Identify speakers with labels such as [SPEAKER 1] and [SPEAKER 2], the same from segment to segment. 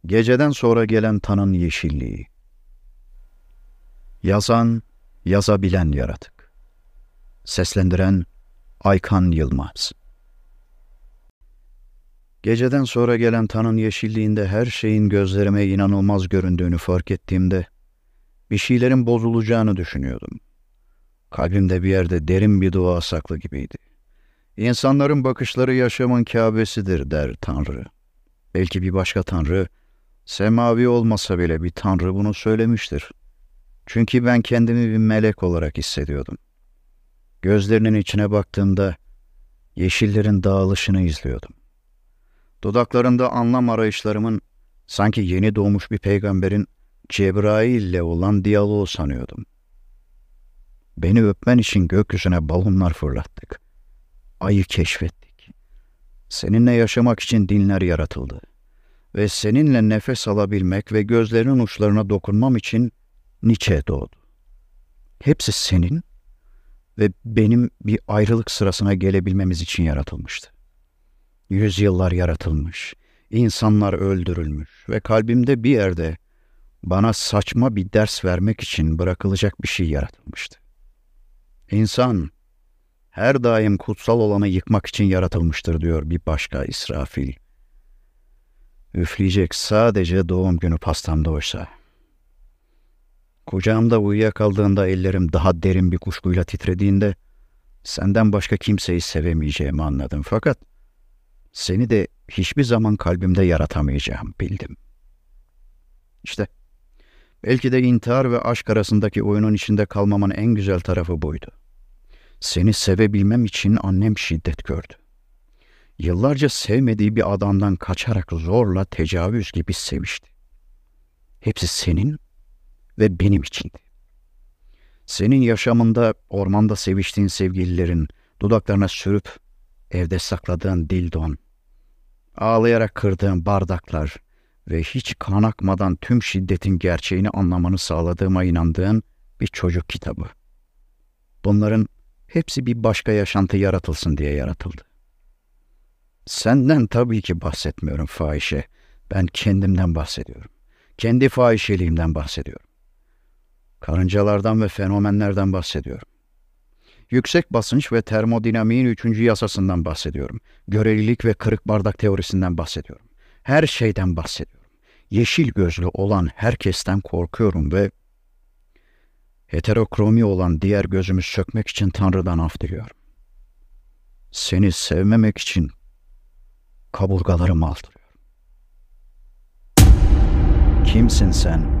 [SPEAKER 1] Geceden sonra gelen tanın yeşilliği. Yazan, yazabilen yaratık. Seslendiren Aykan Yılmaz. Geceden sonra gelen tanın yeşilliğinde her şeyin gözlerime inanılmaz göründüğünü fark ettiğimde bir şeylerin bozulacağını düşünüyordum. Kalbimde bir yerde derin bir dua saklı gibiydi. İnsanların bakışları yaşamın Kâbesidir der Tanrı. Belki bir başka Tanrı, semavi olmasa bile bir Tanrı bunu söylemiştir. Çünkü ben kendimi bir melek olarak hissediyordum. Gözlerinin içine baktığımda yeşillerin dağılışını izliyordum. Dudaklarında anlam arayışlarımın sanki yeni doğmuş bir peygamberin Cebrail ile olan diyaloğu sanıyordum. Beni öpmen için gökyüzüne balonlar fırlattık. Ayı keşfettik. Seninle yaşamak için dinler yaratıldı. Ve seninle nefes alabilmek ve gözlerinin uçlarına dokunmam için Nietzsche doğdu. Hepsi senin ve benim bir ayrılık sırasına gelebilmemiz için yaratılmıştı. Yüzyıllar yaratılmış, insanlar öldürülmüş ve kalbimde bir yerde bana saçma bir ders vermek için bırakılacak bir şey yaratılmıştı. İnsan her daim kutsal olanı yıkmak için yaratılmıştır diyor bir başka İsrafil. Üfleyecek sadece doğum günü pastamda oysa. Kucağımda uyuyakaldığında ellerim daha derin bir kuşkuyla titrediğinde senden başka kimseyi sevemeyeceğimi anladım. Fakat seni de hiçbir zaman kalbimde yaratamayacağım bildim. İşte belki de intihar ve aşk arasındaki oyunun içinde kalmamın en güzel tarafı buydu. Seni sevebilmem için annem şiddet gördü. Yıllarca sevmediği bir adamdan kaçarak zorla tecavüz gibi sevişti. Hepsi senin ve benim içindi. Senin yaşamında ormanda seviştiğin sevgililerin dudaklarına sürüp evde sakladığın dildon, ağlayarak kırdığın bardaklar ve hiç kan akmadan tüm şiddetin gerçeğini anlamanı sağladığıma inandığın bir çocuk kitabı. Bunların hepsi bir başka yaşantı yaratılsın diye yaratıldı. Senden tabii ki bahsetmiyorum fahişe. Ben kendimden bahsediyorum. Kendi fahişeliğimden bahsediyorum. Karıncalardan ve fenomenlerden bahsediyorum. Yüksek basınç ve termodinamiğin 3. yasasından bahsediyorum. Görelilik ve kırık bardak teorisinden bahsediyorum. Her şeyden bahsediyorum. Yeşil gözlü olan herkesten korkuyorum ve heterokromi olan diğer gözümü sökmek için Tanrı'dan af diliyorum. Seni sevmemek için kaburgalarımı aldırıyorum. Kimsin sen?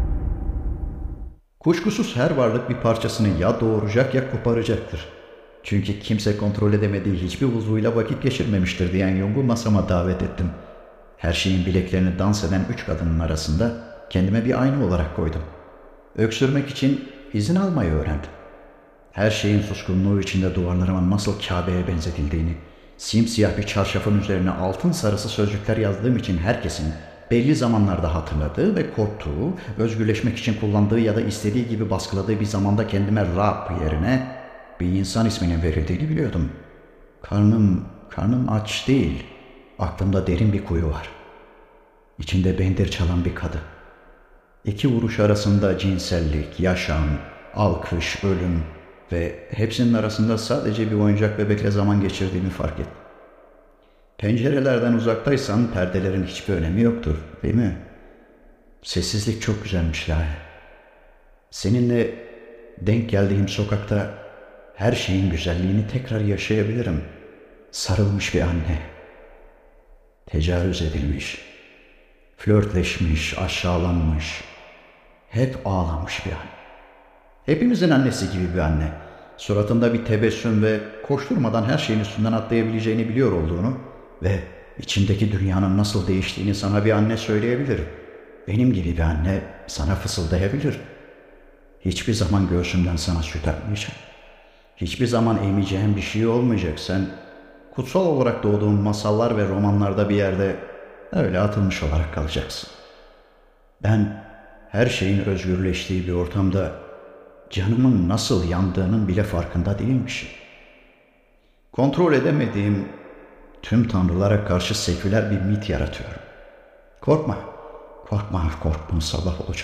[SPEAKER 1] Kuşkusuz her varlık bir parçasını ya doğuracak ya koparacaktır. Çünkü kimse kontrol edemediği hiçbir uzvuyla vakit geçirmemiştir diyen Jung'u masama davet ettim. Her şeyin bileklerini dans eden 3 kadının arasında kendime bir ayna olarak koydum. Öksürmek için izin almayı öğrendim. Her şeyin suskunluğu içinde duvarlarıma nasıl Kabe'ye benzetildiğini, simsiyah bir çarşafın üzerine altın sarısı sözcükler yazdığım için herkesin belli zamanlarda hatırladığı ve korktuğu, özgürleşmek için kullandığı ya da istediği gibi baskıladığı bir zamanda kendime Rab yerine bir insan isminin verildiğini biliyordum. Karnım aç değil, aklımda derin bir kuyu var. İçinde bendir çalan bir kadın. 2 vuruş arasında cinsellik, yaşam, alkış, ölüm ve hepsinin arasında sadece bir oyuncak bebekle zaman geçirdiğimi fark ettim. Pencerelerden uzaktaysan perdelerin hiçbir önemi yoktur, değil mi? Sessizlik çok güzelmiş Lale. Seninle denk geldiğim sokakta her şeyin güzelliğini tekrar yaşayabilirim. Sarılmış bir anne. Tecavüz edilmiş. Flörtleşmiş, aşağılanmış. Hep ağlamış bir anne. Hepimizin annesi gibi bir anne. Suratında bir tebessüm ve koşturmadan her şeyin üstünden atlayabileceğini biliyor olduğunu ve içindeki dünyanın nasıl değiştiğini sana bir anne söyleyebilir. Benim gibi bir anne sana fısıldayabilir. Hiçbir zaman göğsümden sana süt akmayacak. Hiçbir zaman emeceğin bir şey olmayacak. Sen kutsal olarak doğduğun masallar ve romanlarda bir yerde öyle atılmış olarak kalacaksın. Ben her şeyin özgürleştiği bir ortamda canımın nasıl yandığının bile farkında değilmişim. Kontrol edemediğim tüm tanrılara karşı seküler bir mit yaratıyorum. Korkma, Korkma sabah olacak.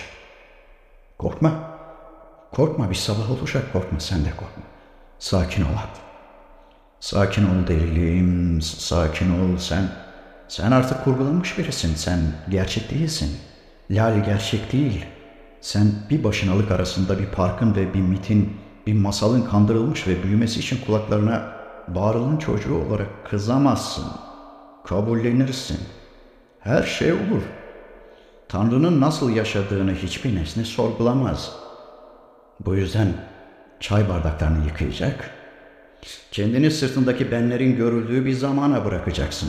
[SPEAKER 1] Korkma bir sabah olacak, korkma sen de korkma. Sakin ol. Sakin ol deliliğim, sakin ol sen. Sen artık kurgulanmış birisin, sen gerçek değilsin. Lale gerçek değil. Sen bir başınalık arasında bir parkın ve bir mitin, bir masalın kandırılmış ve büyümesi için kulaklarına bağırılan çocuğu olarak kızamazsın. Kabullenirsin. Her şey olur. Tanrı'nın nasıl yaşadığını hiçbir nesne sorgulamaz. Bu yüzden çay bardaklarını yıkayacak, kendini sırtındaki benlerin görüldüğü bir zamana bırakacaksın.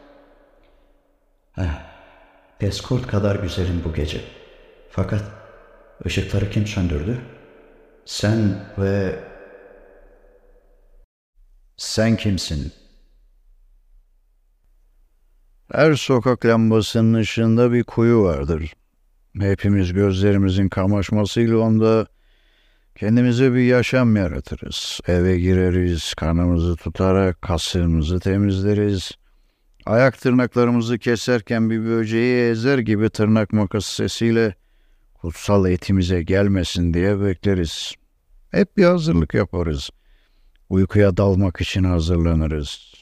[SPEAKER 1] Escort kadar güzelim bu gece. Fakat ışıkları kim söndürdü? Sen ve... Sen kimsin?
[SPEAKER 2] Her sokak lambasının ışığında bir kuyu vardır. Hepimiz gözlerimizin kamaşmasıyla onda kendimize bir yaşam yaratırız. Eve gireriz, karnımızı tutarak kasığımızı temizleriz. Ayak tırnaklarımızı keserken bir böceği ezer gibi tırnak makası sesiyle kutsal etimize gelmesin diye bekleriz. Hep bir hazırlık yaparız. Uykuya dalmak için hazırlanırız.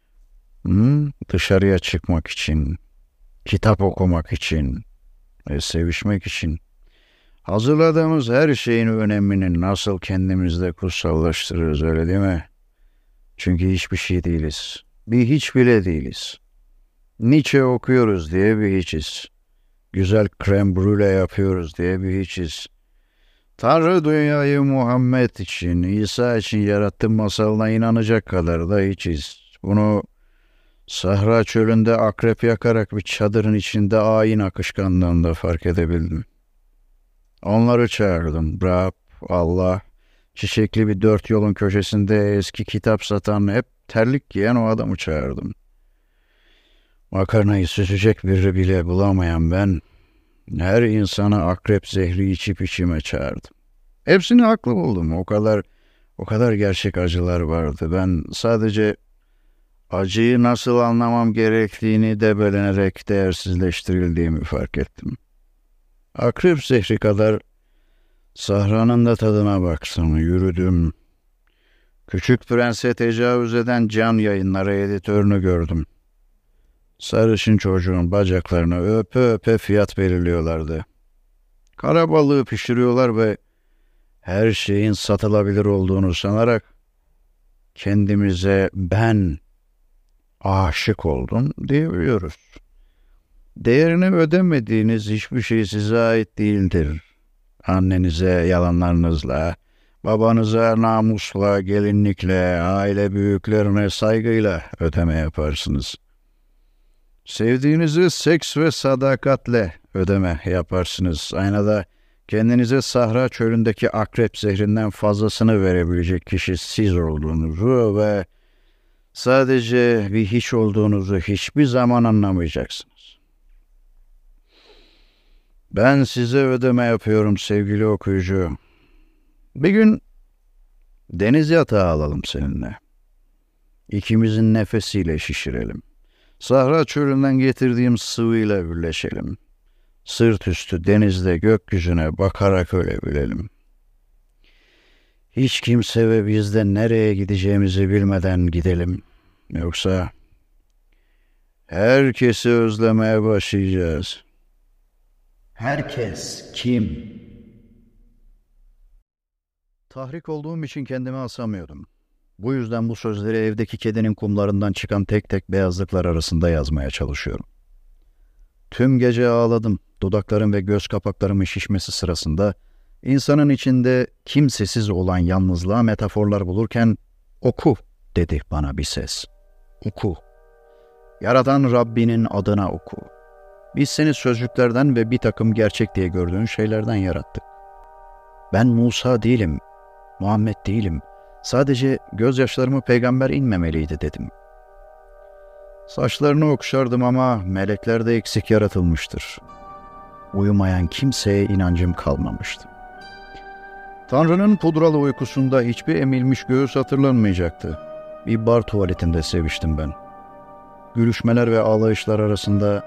[SPEAKER 2] Dışarıya çıkmak için, kitap okumak için ve sevişmek için. Hazırladığımız her şeyin önemini nasıl kendimizde kutsallaştırırız, öyle değil mi? Çünkü hiçbir şey değiliz. Bir hiç bile değiliz. Nietzsche okuyoruz diye bir hiçiz. Güzel krem brûle yapıyoruz diye bir hiçiz. Tanrı dünyayı Muhammed için, İsa için yarattı masalına inanacak kadar da hiçiz. Bunu Sahra çölünde akrep yakarak bir çadırın içinde ayin akışkanlığında fark edebildim. Onları çağırdım. Rab, Allah, çiçekli bir 4 yolun köşesinde eski kitap satan, hep terlik giyen o adamı çağırdım. Makarnayı süzecek biri bile bulamayan ben, her insana akrep zehri içip içime çağırdım. Hepsini haklı buldum. O kadar gerçek acılar vardı. Ben sadece acıyı nasıl anlamam gerektiğini debelenerek değersizleştirildiğimi fark ettim. Akrep zehri kadar Sahra'nın da tadına baksın. Yürüdüm. Küçük Prens'e tecavüz eden Can Yayınları editörünü gördüm. Sarışın çocuğun bacaklarını öpe öpe fiyat belirliyorlardı. Kara balığı pişiriyorlar ve her şeyin satılabilir olduğunu sanarak kendimize ben aşık oldum diyebiliyoruz. Değerini ödemediğiniz hiçbir şey size ait değildir. Annenize yalanlarınızla, babanıza namusla, gelinlikle, aile büyüklerine saygıyla ödeme yaparsınız. Sevdiğinizi seks ve sadakatle ödeme yaparsınız. Aynada kendinize Sahra çölündeki akrep zehrinden fazlasını verebilecek kişi siz olduğunuzu ve sadece bir hiç olduğunuzu hiçbir zaman anlamayacaksınız. Ben size ödeme yapıyorum sevgili okuyucu. Bir gün deniz yatağı alalım seninle. İkimizin nefesiyle şişirelim. Sahra çölünden getirdiğim sıvıyla birleşelim. Sırt üstü denizde gökyüzüne bakarak ölebilelim. Hiç kimse ve biz de nereye gideceğimizi bilmeden gidelim. Yoksa herkesi özlemeye başlayacağız.
[SPEAKER 1] Herkes kim?
[SPEAKER 2] Tahrik olduğum için kendimi asamıyordum. Bu yüzden bu sözleri evdeki kedinin kumlarından çıkan tek tek beyazlıklar arasında yazmaya çalışıyorum. Tüm gece ağladım. Dudaklarım ve göz kapaklarımın şişmesi sırasında insanın içinde kimsesiz olan yalnızlığa metaforlar bulurken oku dedi bana bir ses. Oku. Yaradan Rabbinin adına oku. Biz seni sözcüklerden ve bir takım gerçek diye gördüğün şeylerden yarattık. Ben Musa değilim, Muhammed değilim. Sadece gözyaşlarımı peygamber inmemeliydi dedim. Saçlarını okşardım ama meleklerde eksik yaratılmıştır. Uyumayan kimseye inancım kalmamıştı. Tanrı'nın pudralı uykusunda hiçbir emilmiş göğüs hatırlanmayacaktı. Bir bar tuvaletinde seviştim ben. Gülüşmeler ve ağlayışlar arasında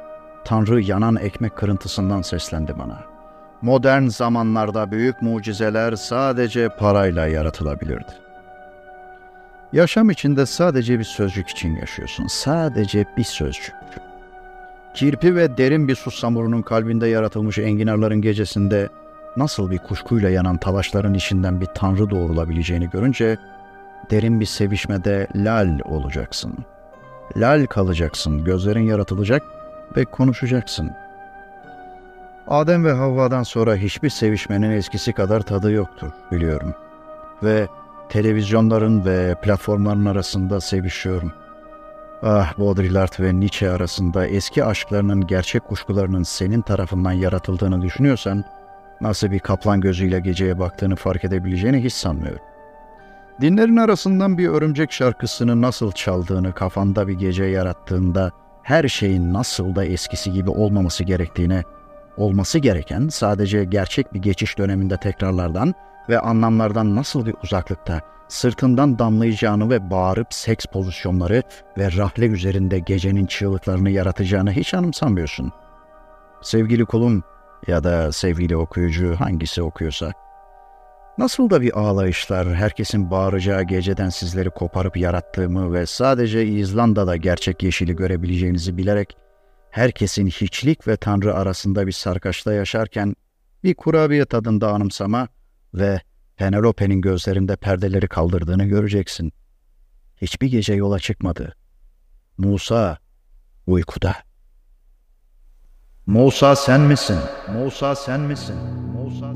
[SPEAKER 2] Tanrı yanan ekmek kırıntısından seslendi bana. Modern zamanlarda büyük mucizeler sadece parayla yaratılabilirdi. Yaşam içinde sadece bir sözcük için yaşıyorsun. Sadece bir sözcük. Kirpi ve derin bir susamurunun kalbinde yaratılmış enginarların gecesinde nasıl bir kuşkuyla yanan talaşların içinden bir tanrı doğrulabileceğini görünce derin bir sevişmede lal olacaksın. Lal kalacaksın, gözlerin yaratılacak ve konuşacaksın. Adem ve Havva'dan sonra hiçbir sevişmenin eskisi kadar tadı yoktur, biliyorum. Ve televizyonların ve platformların arasında sevişiyorum. Ah, Baudrillard ve Nietzsche arasında eski aşklarının gerçek kuşkularının senin tarafından yaratıldığını düşünüyorsan, nasıl bir kaplan gözüyle geceye baktığını fark edebileceğini hiç sanmıyorum. Dinlerin arasından bir örümcek şarkısını nasıl çaldığını kafanda bir gece yarattığında, her şeyin nasıl da eskisi gibi olmaması gerektiğine, olması gereken sadece gerçek bir geçiş döneminde tekrarlardan ve anlamlardan nasıl bir uzaklıkta, sırtından damlayacağını ve bağırıp seks pozisyonları ve rahle üzerinde gecenin çığlıklarını yaratacağını hiç anımsamıyorsun. Sevgili kulum ya da sevgili okuyucu, hangisi okuyorsa, nasıl da bir ağlayışlar, herkesin bağıracağı geceden sizleri koparıp yarattığımı ve sadece İzlanda'da gerçek yeşili görebileceğinizi bilerek, herkesin hiçlik ve Tanrı arasında bir sarkaçta yaşarken bir kurabiye tadında anımsama ve Penelope'nin gözlerinde perdeleri kaldırdığını göreceksin. Hiçbir gece yola çıkmadı. Musa uykuda. Musa sen misin? Musa sen misin? Musa...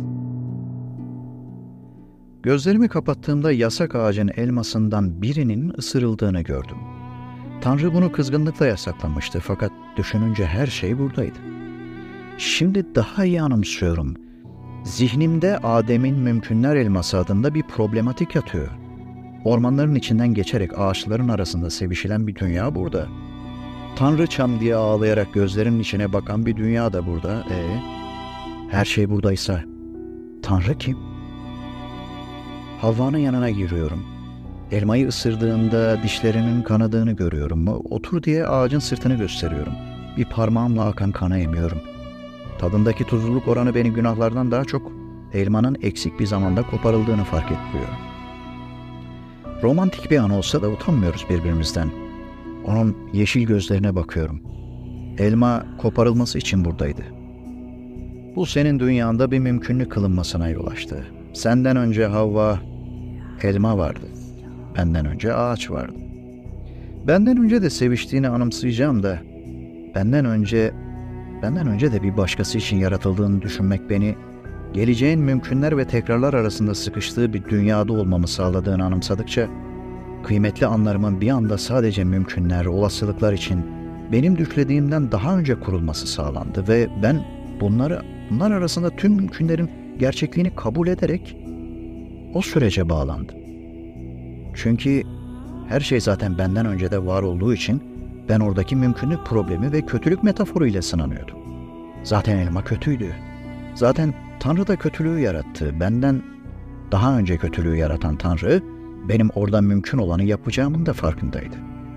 [SPEAKER 2] Gözlerimi kapattığımda yasak ağacın elmasından birinin ısırıldığını gördüm. Tanrı bunu kızgınlıkla yasaklamıştı fakat düşününce her şey buradaydı. Şimdi daha iyi anımsıyorum. Zihnimde Adem'in Mümkünler Elması adında bir problematik yatıyor. Ormanların içinden geçerek ağaçların arasında sevişilen bir dünya burada. Tanrıçam diye ağlayarak gözlerinin içine bakan bir dünya da burada. Her şey buradaysa Tanrı kim? Havva'nın yanına giriyorum. Elmayı ısırdığında dişlerinin kanadığını görüyorum. Otur diye ağacın sırtını gösteriyorum. Bir parmağımla akan kana emiyorum. Tadındaki tuzluluk oranı beni günahlardan daha çok elmanın eksik bir zamanda koparıldığını fark ettiriyor. Romantik bir an olsa da utanmıyoruz birbirimizden. Onun yeşil gözlerine bakıyorum. Elma koparılması için buradaydı. Bu senin dünyanda bir mümkünlük kılınmasına yol açtı. Senden önce Havva, elma vardı. Benden önce ağaç vardı. Benden önce de seviştiğini anımsayacağım da benden önce de bir başkası için yaratıldığını düşünmek beni geleceğin mümkünler ve tekrarlar arasında sıkıştığı bir dünyada olmamı sağladığını anımsadıkça kıymetli anlarımın bir anda sadece mümkünler, olasılıklar için benim düşlediğimden daha önce kurulması sağlandı ve ben bunlar arasında tüm mümkünlerin gerçekliğini kabul ederek o sürece bağlandım. Çünkü her şey zaten benden önce de var olduğu için ben oradaki mümkünlük problemi ve kötülük metaforu ile sınanıyordum. Zaten elma kötüydü. Zaten Tanrı da kötülüğü yarattı. Benden daha önce kötülüğü yaratan Tanrı, benim orada mümkün olanı yapacağımın da farkındaydı.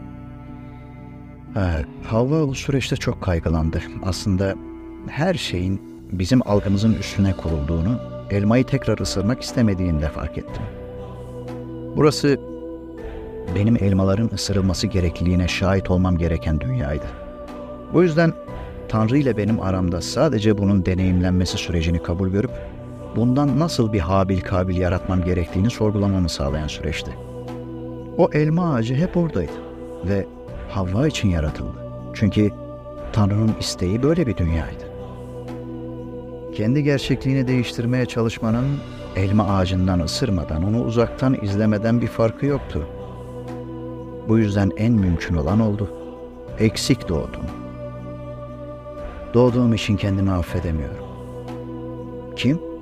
[SPEAKER 2] Havva bu süreçte çok kaygılandı. Aslında her şeyin bizim algımızın üstüne kurulduğunu, elmayı tekrar ısırmak istemediğini de fark ettim. Burası benim elmaların ısırılması gerekliliğine şahit olmam gereken dünyaydı. Bu yüzden Tanrı ile benim aramda sadece bunun deneyimlenmesi sürecini kabul görüp bundan nasıl bir Habil Kabil yaratmam gerektiğini sorgulamamı sağlayan süreçti. O elma ağacı hep oradaydı ve Havva için yaratıldı. Çünkü Tanrı'nın isteği böyle bir dünyaydı. Kendi gerçekliğini değiştirmeye çalışmanın elma ağacından ısırmadan, onu uzaktan izlemeden bir farkı yoktu. Bu yüzden en mümkün olan oldu. Eksik doğdum. Doğduğum için kendimi affedemiyorum. Kim?